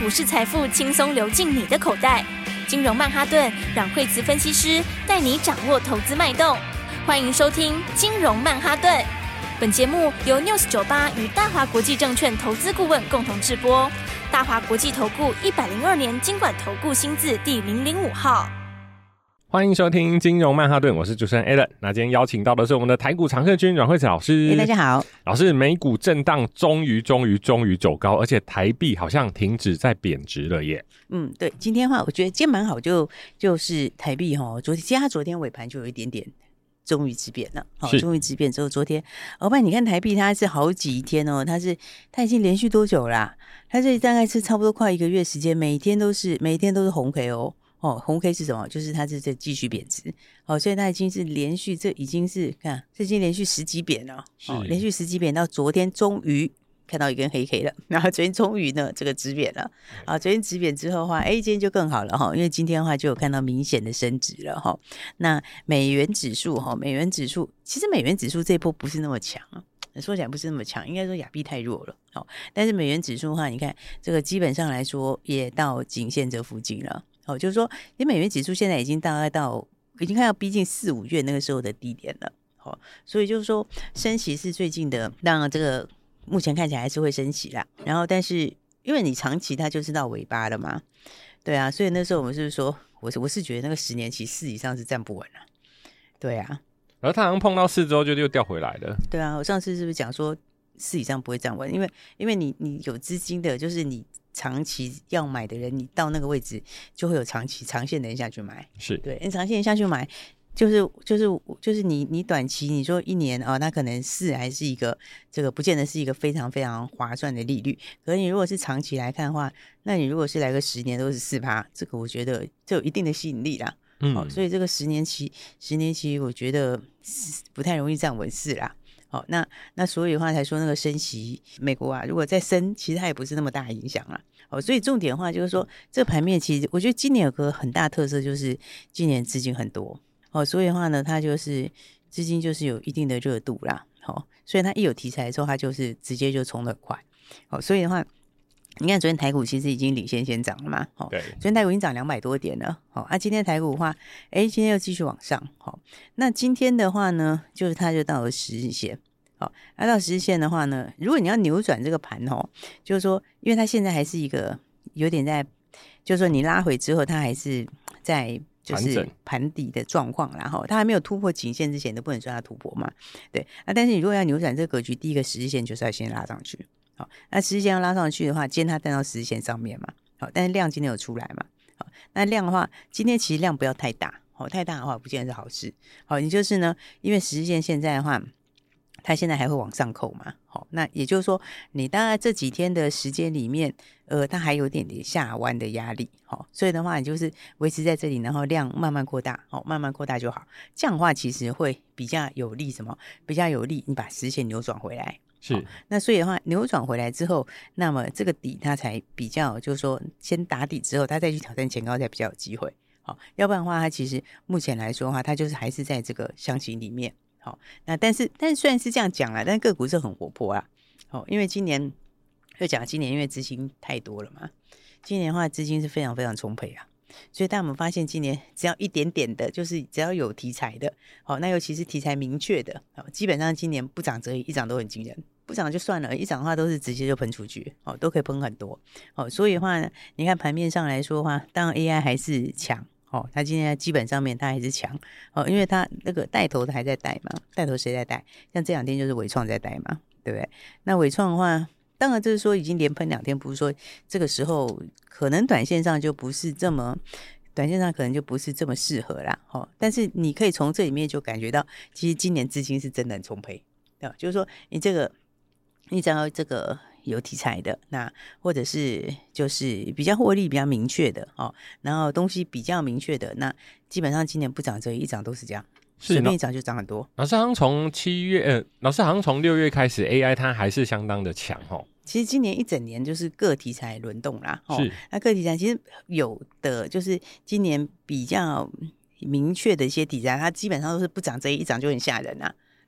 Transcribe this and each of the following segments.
股市财富轻松流进你的口袋。金融曼哈顿让惠慈分析师带你掌握投资脉动。欢迎收听金融曼哈顿。本节目由 News98 与大华国际证券投资顾问共同制播。大华国际投顾102年金管投顾新字第005号。 欢迎收听金融曼哈顿，我是主持人 Alan。那今天邀请到的是我们的台股常客军阮惠慈老师。 大家好， 老师，美股震荡终于走高，而且台币好像停止在贬值了耶。 对，今天的话，我觉得今天蛮好，就是台币昨天尾盘就有一点点终于止贬了，终于止贬之后，昨天，不然你看台币它是好几天哦，它已经连续多久啦？它这大概是差不多快1个月时间，每天都是红 K 哦。红 K 是什么？就是它是在继续贬值，所以它已经是连续，这已经连续10几贬了，连续10几贬到昨天终于看到一根黑 K 了，然后昨天终于呢这个止贬了，昨天止贬之后的话，今天就更好了因为今天的话就有看到明显的升值了那美元指数其实美元指数这一波不是那么强说起来不是那么强，应该说亚币太弱了但是美元指数的话，你看这个基本上来说也到颈线这附近了就是说因为美元指数现在已经大概已经看到逼近4、5月那个时候的低点了所以就是说升息是最近的，当然这个目前看起来还是会升息啦，然后但是因为你长期它就是到尾巴了嘛，对啊，所以那时候我们是说我是觉得那个10年期4以上是站不稳了，对啊， 然后它好像碰到4之后就又掉回来了。对啊，我上次是不是讲说4以上不会站稳，因为你有资金的，就是你长期要买的人，你到那个位置就会有长线的人下去买， 是对， 你长线人下去买，就是你短期你说1年那可能4还是一个这个不见得是一个非常非常划算的利率，可是你如果是长期来看的话，那你如果是来个10年都是4%，这个我觉得这有一定的吸引力啦。所以这个10年期我觉得不太容易站稳4啦。那所以的话才说那个升息，美国如果再升，其实它也不是那么大的影响啦。所以重点的话就是说，这盘面其实我觉得今年有个很大特色，就是今年资金很多所以的话呢，它就是资金就是有一定的热度啦。所以它一有题材的时候，它就是直接就冲得很快。所以的话，你看昨天台股其实已经领先先涨了嘛， 对， 昨天台股已经涨200多点了，今天台股的话，今天又继续往上，那今天的话呢，就是它就到了10日线，到10日线的话呢，如果你要扭转这个盘就是说，因为它现在还是一个有点在，就是说你拉回之后，它还是在就是盘底的状况啦，它还没有突破颈线之前都不能算它突破嘛，对，但是你如果要扭转这个格局，第一个10日线就是要先拉上去。那10日线要拉上去的话，今天它站到10日线上面嘛，但是量今天有出来嘛，那量的话，今天其实量不要太大，太大的话不见得是好事，你就是呢，因为10日线现在的话，它现在还会往上扣嘛，那也就是说，你大概这几天的时间里面，它还有点下弯的压力，所以的话，你就是维持在这里，然后量慢慢扩大，慢慢扩大就好，这样的话其实会比较有利什么？比较有利你把10日线扭转回来。 是， 那所以的话，扭转回来之后，那么这个底它才比较，就是说先打底之后，它再去挑战前高才比较有机会。要不然的话，它其实目前来说的话，它就是还是在这个箱型里面。那但是虽然是这样讲啦，但是个股是很活泼啦。因为今年因为资金太多了嘛，今年的话资金是非常非常充沛啊。所以大家有没有发现今年只要一点点的，就是只要有题材的那尤其是题材明确的基本上今年不涨则已，一涨都很惊人，不涨就算了，一涨的话都是直接就喷出去都可以喷很多所以的话呢，你看盘面上来说的话，当然 AI 还是强它今天基本上面它还是强因为它那个带头的还在带嘛，带头谁在带？像这2天就是伟创在带嘛，对不对？那伟创的话，当然就是说已经连喷2天，不是说这个时候可能短线上就不是这么适合啦但是你可以从这里面就感觉到，其实今年资金是真的很充沛就是说你只要这个有题材的，那或者是就是比较获利比较明确的然后东西比较明确的，那基本上今年不涨则已，一涨都是这样，随便一涨就涨很多。 老师好像从6月开始 AI 它还是相当的强其实今年一整年就是各题材轮动啦是， 那各题材其实有的就是今年比较明确的一些题材，它基本上都是不涨则已，一涨就很吓人啊。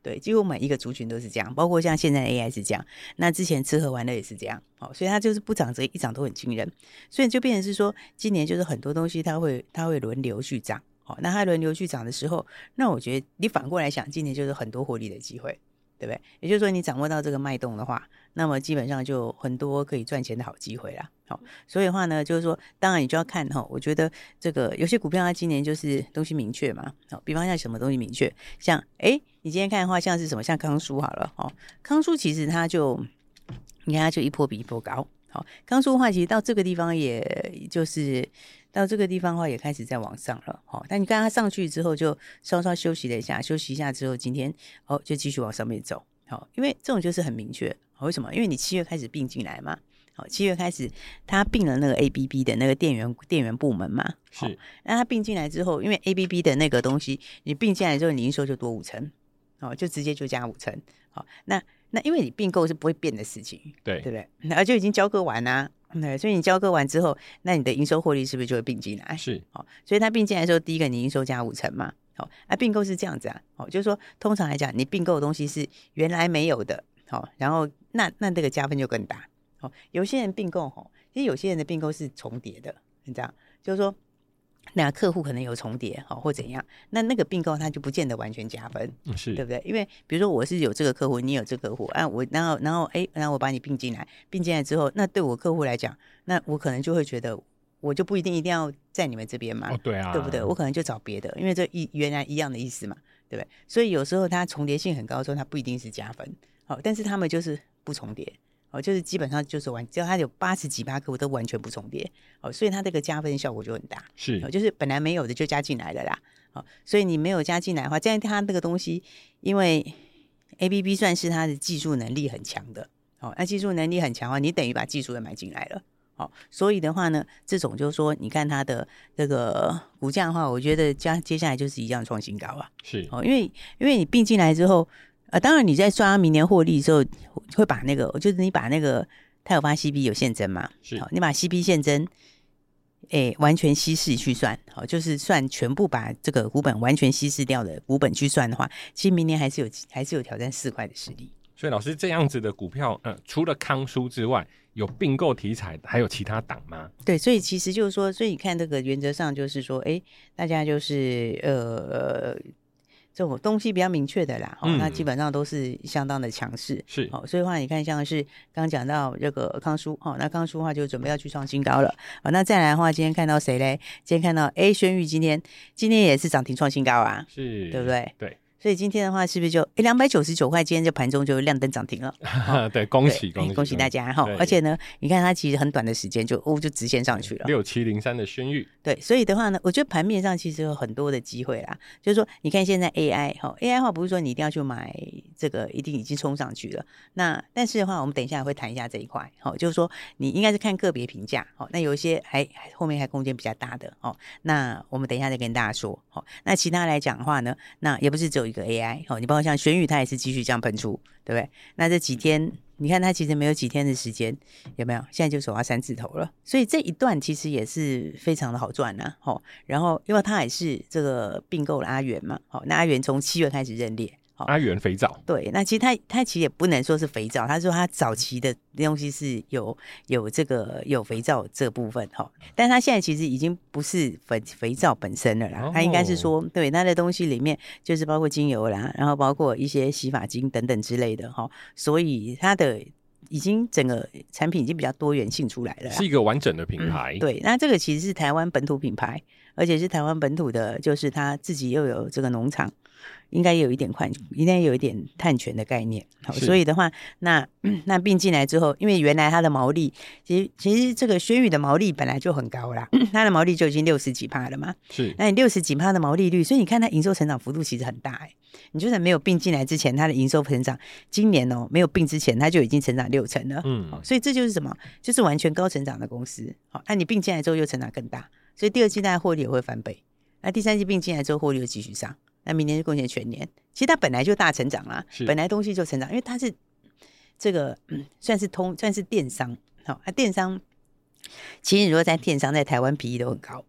对，几乎每一个族群都是这样，包括像现在的 AI 是这样，那之前吃喝玩乐也是这样，所以它就是不涨则一涨都很惊人，所以就变成是说，今年就是很多东西它会轮流去涨，那它轮流去涨的时候，那我觉得你反过来想，今年就是很多获利的机会。对不对？也就是说，你掌握到这个脉动的话，那么基本上就很多可以赚钱的好机会啦。好，所以的话呢，就是说，当然你就要看哈。我觉得这个有些股票它今年就是东西明确嘛。好，比方像什么东西明确，像你今天看的话，像是什么，像康舒好了。康舒其实它就，你看它就一波比一波高。好，康舒的话，其实到这个地方，也就是到这个地方的话，也开始在往上了。好，但你看它上去之后，就稍稍休息了一下，休息一下之后，今天就继续往上面走。好，因为这种就是很明确。为什么？因为你7月开始并进来嘛。好，7月开始它并了那个 ABB 的那个电源部门嘛。是。那它并进来之后，因为 ABB 的那个东西，你并进来之后，你营收就多50%。就直接就加50%。好，那因为你并购是不会变的事情，对不对？那就已经交割完啦，对，所以你交割完之后，那你的营收获利是不是就会并进来？是，好，所以它并进来的时候，第一个你营收加50%嘛，好，并购是这样子啊，好，就是说通常来讲，你并购的东西是原来没有的，好，然后那这个加分就更大，好，有些人并购其实有些人的并购是重叠的，你知道，就是说。那客户可能有重叠或怎样，那个并购它就不见得完全加分，是对不对？因为比如说我是有这个客户，你有这个客户啊，然后我把你并进来之后，那对我客户来讲，那我可能就会觉得，我就不一定要在你们这边嘛，对啊，对不对？我可能就找别的，因为这原来一样的意思嘛，对不对？所以有时候它重叠性很高的时候，它不一定是加分，但是他们就是不重叠。就是基本上就是只要它有80几%客户都完全不重叠，所以它这个加分效果就很大。是，就是本来没有的就加进来了啦。所以你没有加进来的话，这样它那个东西，因为 ABB 算是它的技术能力很强的，那技术能力很强的话，你等于把技术也买进来了。所以的话呢，这种就是说，你看它的这个股价的话，我觉得接下来就是一样创新高啊。是，因为你并进来之后。当然你在抓明年获利的时候，会把那个，就是你把那个它有发 CB 有现增嘛，是，你把 CB 现增，完全稀释去算，就是算全部把这个股本完全稀释掉的股本去算的话，其实明年还是有挑战4块的实力。 所以老师这样子的股票，除了康舒之外，有并购题材，还有其他档吗？ 对，所以其实就是说，所以你看这个原则上就是说，大家就是这种东西比较明确的啦，那基本上都是相当的强势，是，所以的话你看像是刚刚讲到这个康舒，那康舒的话就准备要去创新高了，那再来的话，今天看到谁嘞？今天看到轩裕今天也是涨停创新高啊，是，对不对？对。所以今天的话，是不是就299块？今天就盘中就亮灯涨停了。 对，恭喜大家哈！而且呢，你看它其实很短的时间就直线上去了。 6703的轩裕。对， 所以的话呢，我觉得盘面上其实有很多的机会啦。就是说，你看现在 AI 的话，不是说你一定要去买这个，一定已经冲上去了。那但是的话，我们等一下会谈一下这一块。就是说你应该是看个别评价。那有一些后面还空间比较大的。那我们等一下再跟大家说。那其他来讲的话呢，那也不是只有一个 AI，你包括像轩裕，它也是继续这样喷出，对不对？那这几天，你看它其实没有几天的时间，有没有？现在就走到3字头了，所以这一段其实也是非常的好赚啊。然后因为它也是这个并购了阿元嘛，那阿元从7月开始认列。 阿元肥皂， 对，那其实它其实也不能说是肥皂，他说他早期的东西是有这个有肥皂这部分但他现在其实已经不是肥皂本身了啦，它应该是说对它的东西里面就是包括精油啦，然后包括一些洗发精等等之类的所以它的已经整个产品已经比较多元性出来了， 是一个完整的品牌。 对，那这个其实是台湾本土品牌，而且是台湾本土的，就是他自己又有这个农场。应该有一点碳权的概念，所以的话，那并进来之后，因为原来它的毛利，其实这个轩裕的毛利本来就很高啦，它的毛利就已经60几%了嘛，是，那你60几%的毛利率，所以你看它营收成长幅度其实很大你就算没有并进来之前，它的营收成长，今年没有并之前，它就已经成长60%了，所以这就是什么？就是完全高成长的公司，那你并进来之后又成长更大，所以第2季大概获利也会翻倍，那第3季并进来之后获利又继续上。那明年就贡献全年，其实它本来就大成长啦，本来东西就成长，因为它是这个算是电商，电商其实如果在电商在台湾 PE 都很高，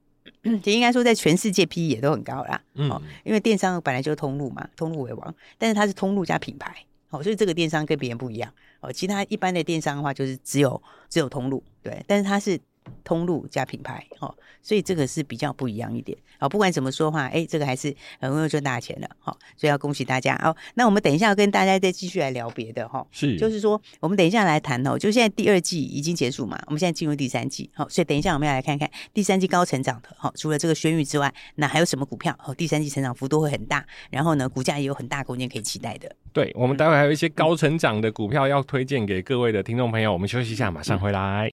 应该说在全世界 PE 也都很高啦。因为电商本来就是通路嘛，通路为王，但是它是通路加品牌。所以这个电商跟别人不一样。其他一般的电商的话，就是只有通路，对，但是它是通路加品牌，所以这个是比较不一样一点。不管怎么说的话，这个还是很会赚大钱的，所以要恭喜大家。那我们等一下要跟大家再继续来聊别的，就是说我们等一下来谈，就现在第2季已经结束嘛，我们现在进入第3季，所以等一下我们要来看看第3季高成长的，除了这个轩誉之外，那还有什么股票第3季成长幅度会很大，然后呢股价也有很大空间可以期待的。 对，我们待会还有一些高成长的股票要推荐给各位的听众朋友，我们休息一下，马上回来。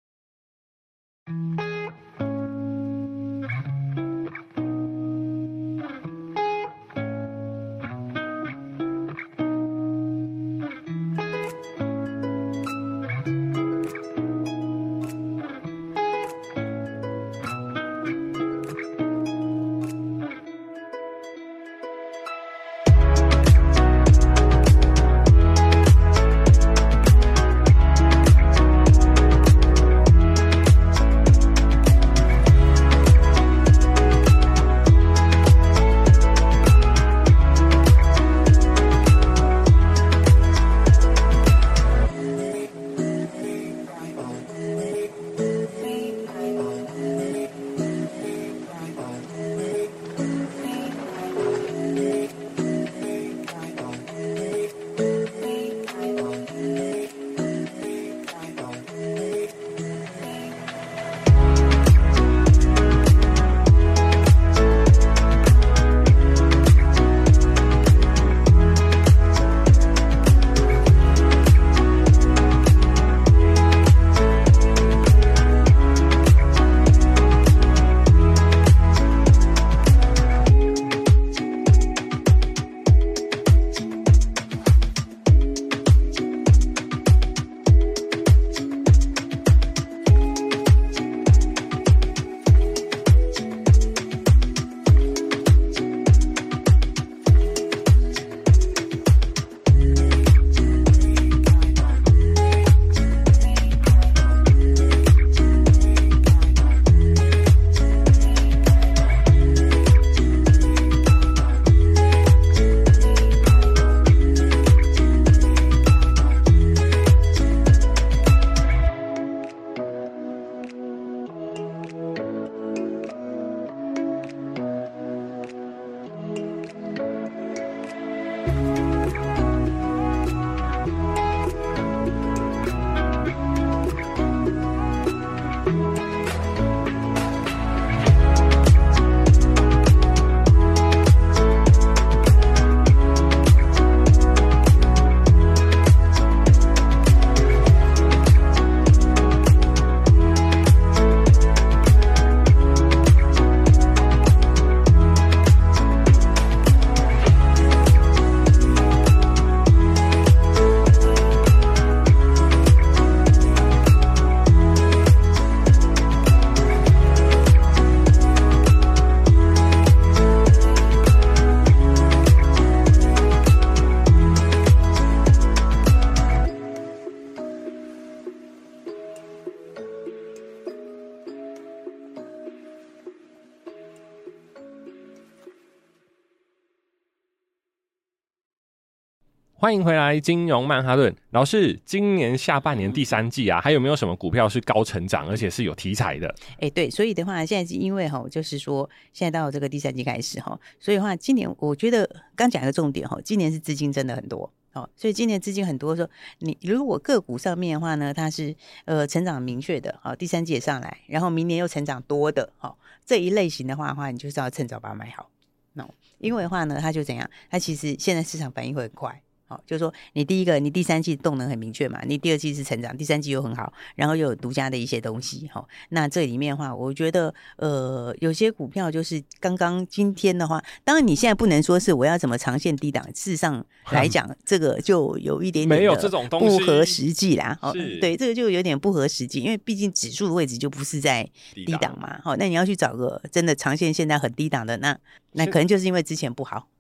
欢迎回来金融曼哈顿。老师，今年下半年第3季啊，还有没有什么股票是高成长而且是有题材的？ 对，所以的话现在是因为就是说现在到这个第3季开始，所以的话今年我觉得刚讲一个重点，今年是资金真的很多，所以今年资金很多的时候，你如果个股上面的话呢，它是成长明确的，第3季也上来，然后明年又成长多的，这一类型的话，你就是要趁早把它买好。因为的话呢，它就怎样，它其实现在市场反应会很快。就是说你第3季动能很明确嘛，你第2季是成长，第3季又很好，然后又有独家的一些东西，那这里面的话，我觉得有些股票就是刚刚今天的话，当然你现在不能说是我要怎么长线低档，事实上来讲，这个就有一点点没有这种东西不合实际啦。对，这个就有点不合实际，因为毕竟指数的位置就不是在低档嘛。那你要去找个真的长线现在很低档的，那可能就是因为之前不好，可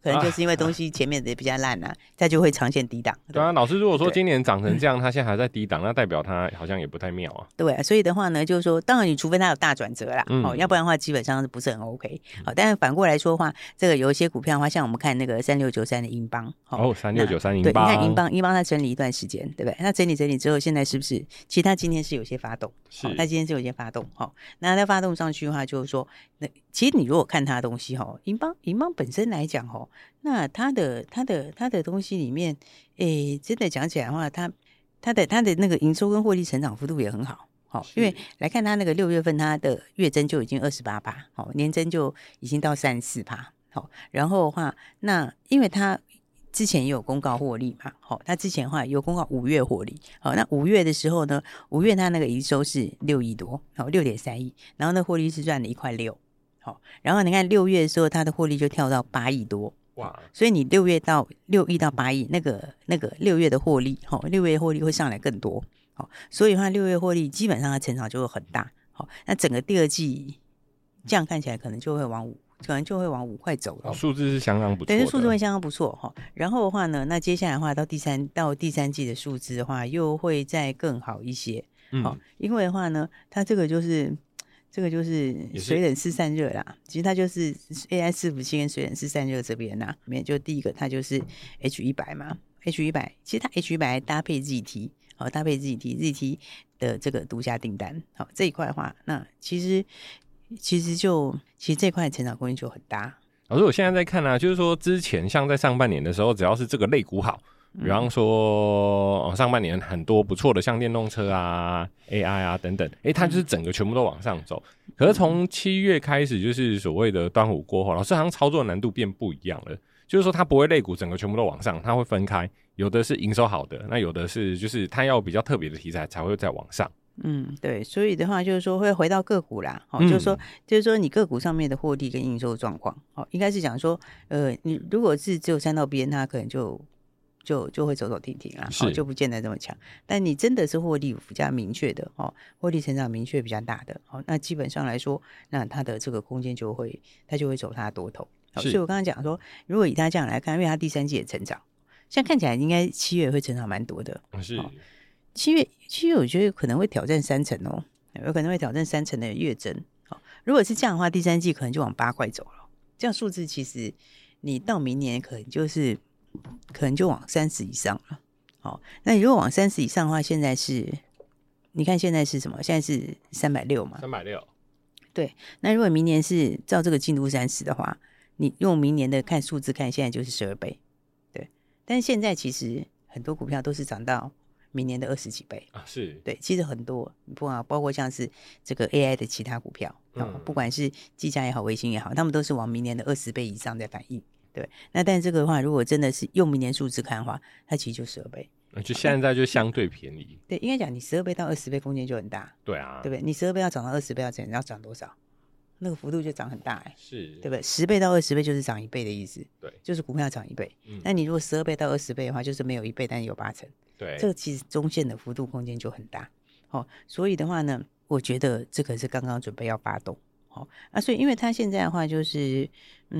可能就是因为东西前面的比较烂啊，它就会长线低档。 对啊，老师如果说今年涨成这样，它现在还在低档，那代表它好像也不太妙啊。 对啊，所以的话呢，就是说，当然你除非它有大转折啦，要不然的话基本上是不是很 OK。好，但是反过来说的话，这个有一些股票的话，像我们看那个3693的英邦 ，3693英邦， 对，你看英邦它整理一段时间，对不对？它整理之后，现在是不是？其实它今天是有些发动， 是， 它今天是有些发动，那它发动上去的话，就是说，那其实你如果看它的东西，英邦本身来讲，那它的东西里面，真的讲起来的话，它的那个营收跟获利成长幅度也很好。因为来看它那个6月份，它的月增就已经28%，年增就已经到34%。然后的话，那因为它之前也有公告获利嘛，它之前的话有公告5月获利，那5月的时候呢，5月它那个营收是6亿多，6.3亿，然后那获利是赚了1.6块，然后你看6月的时候，它的获利就跳到8亿多。哇！所以你6亿到8亿，那个6月的获利，6月获利会上来更多，所以的话6月获利基本上它成长就会很大，那整个第二季这样看起来可能就会往5块走了， 数字是相当不错的， 对，数字会相当不错。然后的话呢，那接下来的话到第三季的数字的话，又会再更好一些，因为的话呢，它这个就是水冷式散热啦，其实它就是 AI 伺服器跟水冷式散热这边啦，里面就第一个它就是 H100 嘛 ，H100 其实它 H100 还搭配 ZT， 搭配 ZT 的这个独家订单，这一块的话，那其实这块成长空间就很大。 老师，我现在在看啊，就是说之前像在上半年的时候，只要是这个类股好，比方说上半年很多不错的，像电动车啊、AI 啊等等，它就是整个全部都往上走。可是从7月开始，就是所谓的端午过后，老师好像操作难度变不一样了。就是说它不会类股整个全部都往上，它会分开，有的是营收好的，那有的是就是它要比较特别的题材才会再往上。 对，所以的话就是说会回到个股啦，就是说你个股上面的获利跟营收状况，应该是讲说，你如果是只有3到 边，它可能就会走走停停啦，就不见得这么强。但你真的是获利比较明确的，获利成长明确比较大的，那基本上来说，那它的这个空间就会走它的多头。所以我刚刚讲说，如果以它这样来看，因为它第三季也成长，现在看起来应该7月会成长蛮多的， 是。 7月我觉得可能会挑战3成哦，有可能会挑战3成的月增。如果是这样的话，第三季可能就往8块走了。这样数字其实你到明年可能就往30以上了。那你如果往30以上的话，现在是你看现在是什么？现在是360嘛？360。对，那如果明年是照这个进度30的话，你用明年的看数字看，现在就是12倍。对，但是现在其实很多股票都是涨到明年的20几倍啊，是对，其实很多包括像是这个 AI 的其他股票，不管是技嘉也好，微星也好，他们都是往明年的20倍以上在反应。对，那但这个的话，如果真的是用明年数字看的话，它其实就12倍， 就现在就相对便宜。 对，应该讲你12倍到20倍空间就很大。 对啊， 对不对？你12倍要涨到20倍要涨多少？那个幅度就涨很大是， 对不对？10倍到20倍就是涨1倍的意思， 对， 就是股票涨1倍。那你如果12倍到20倍的话，就是没有1倍，但有8成。 对， 这个其实中线的幅度空间就很大。所以的话呢，我觉得这个是刚刚准备要发动。所以因为它现在的话就是，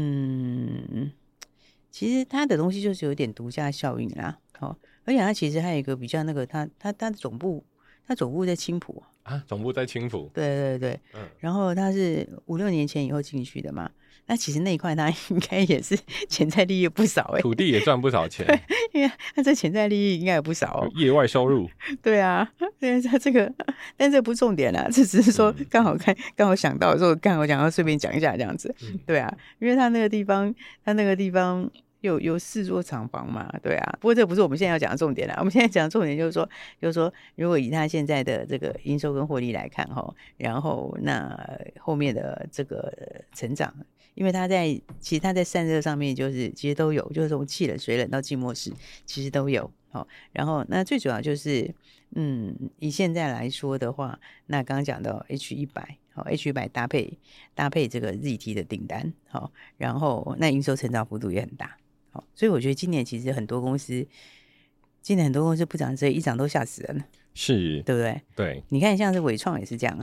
其实它的东西就是有点独家效应啦。而且它其实还有一个比较那个，它的总部在青埔啊，总部在青埔。 对，然后它是5-6年前以后进去的嘛。那其实那一块它应该也是潜在利益不少土地也赚不少钱。 对，因为它这潜在利益应该也不少业外收入。对啊，对，它这个，但这不重点啦，这只是说刚好想到的时候，刚好想要顺便讲一下这样子。对啊，因为它那个地方有4座厂房嘛，对啊。不过这不是我们现在要讲的重点啦，我们现在讲的重点就是说，如果以它现在的这个营收跟获利来看然后那后面的这个成长，因为其实它在散热上面其实都有，就是从气冷、水冷到静默式，其实都有。然后那最主要就是以现在来说的话，那刚刚讲到 H100 搭配这个 ZT 的订单，然后那营收成长幅度也很大。所以我觉得今年其实很多公司不涨，这一涨都吓死人了， 是， 对不对？ 对， 你看像是伟创也是这样啊，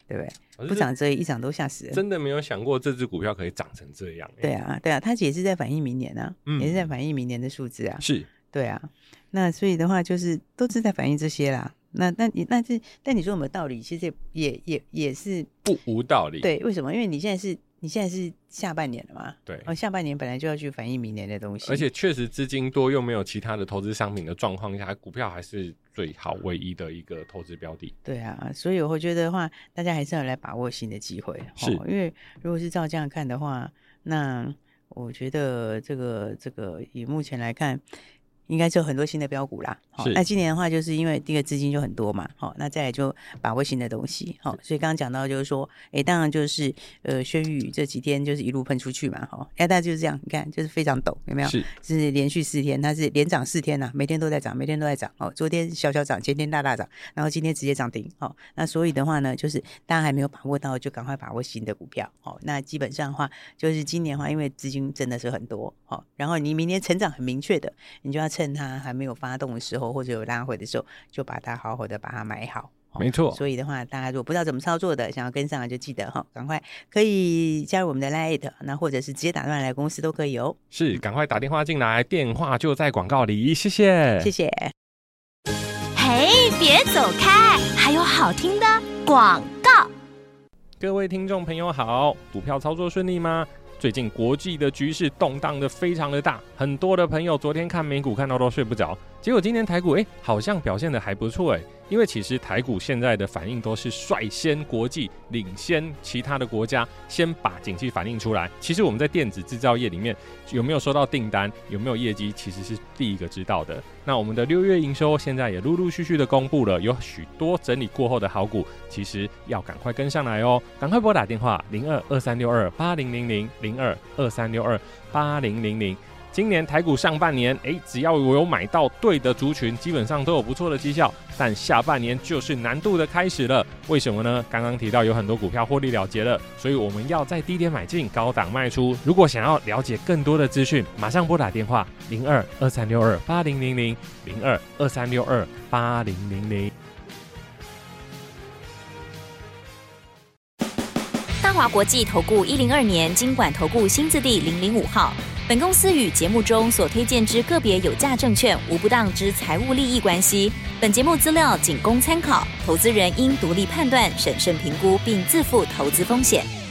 对不对？不涨则已，一涨都吓死人。 真的没有想过这只股票可以涨成这样。 对啊，它也是在反映明年啊，也是在反映明年的数字啊。 是， 对啊。那所以的话，就是都是在反映这些啦。但你说有没有道理？其实也是不无道理。 对，为什么？因为你现在是下半年了嘛， 对， 下半年本来就要去反映明年的东西， 而且确实资金多又没有其他的投资商品的状况下，股票还是最好唯一的一个投资标的。 对啊，所以我会觉得的话，大家还是要来把握新的机会， 是因为如果是照这样看的话，那我觉得这个以目前来看，应该是有很多新的标股啦。那今年的话，就是因为第一个资金就很多嘛，那再来就把握新的东西。所以刚刚讲到就是说，当然就是轩宇这几天就是一路喷出去嘛，大家就是这样，你看就是非常陡，有没有？是连续4天，它是连涨4天啊，每天都在涨，每天都在涨。昨天小小涨，前天大大涨，然后今天直接涨停。那所以的话呢，就是大家还没有把握到，就赶快把握新的股票。那基本上的话，就是今年的话，因为资金真的是很多，然后你明年成长很明确的，你就要趁它还没有发动的时候，或者有拉回的时候，就把它好好的把它买好。 没错。 所以的话，大家如果不知道怎么操作的，想要跟上就记得赶快可以加入我们的 LINE， 那或者是直接打电话来公司都可以哦。 是，赶快打电话进来，电话就在广告里，谢谢， 谢谢。 嘿，别走开，还有好听的广告。 各位听众朋友好，股票操作顺利吗？最近国际的局势动荡的非常的大，很多的朋友昨天看美股看到都睡不着，结果今天台股好像表现的还不错因为其实台股现在的反应都是率先国际，领先其他的国家，先把景气反映出来。其实我们在电子制造业里面有没有收到订单，有没有业绩，其实是第一个知道的。那我们的6月营收现在也陆陆续续的公布了，有许多整理过后的好股，其实要赶快跟上来哦，赶快拨打电话0223628000 0223628000。今年台股上半年，只要我有买到对的族群，基本上都有不错的绩效。但下半年就是难度的开始了，为什么呢？刚刚提到有很多股票获利了结了，所以我们要在低点买进，高档卖出。如果想要了解更多的资讯，马上拨打电话0223628000 0223628000。 大华国际投顾102年金管投顾新字第005号。本公司与节目中所推荐之个别有价证券无不当之财务利益关系。本节目资料仅供参考，投资人应独立判断、审慎评估，并自负投资风险。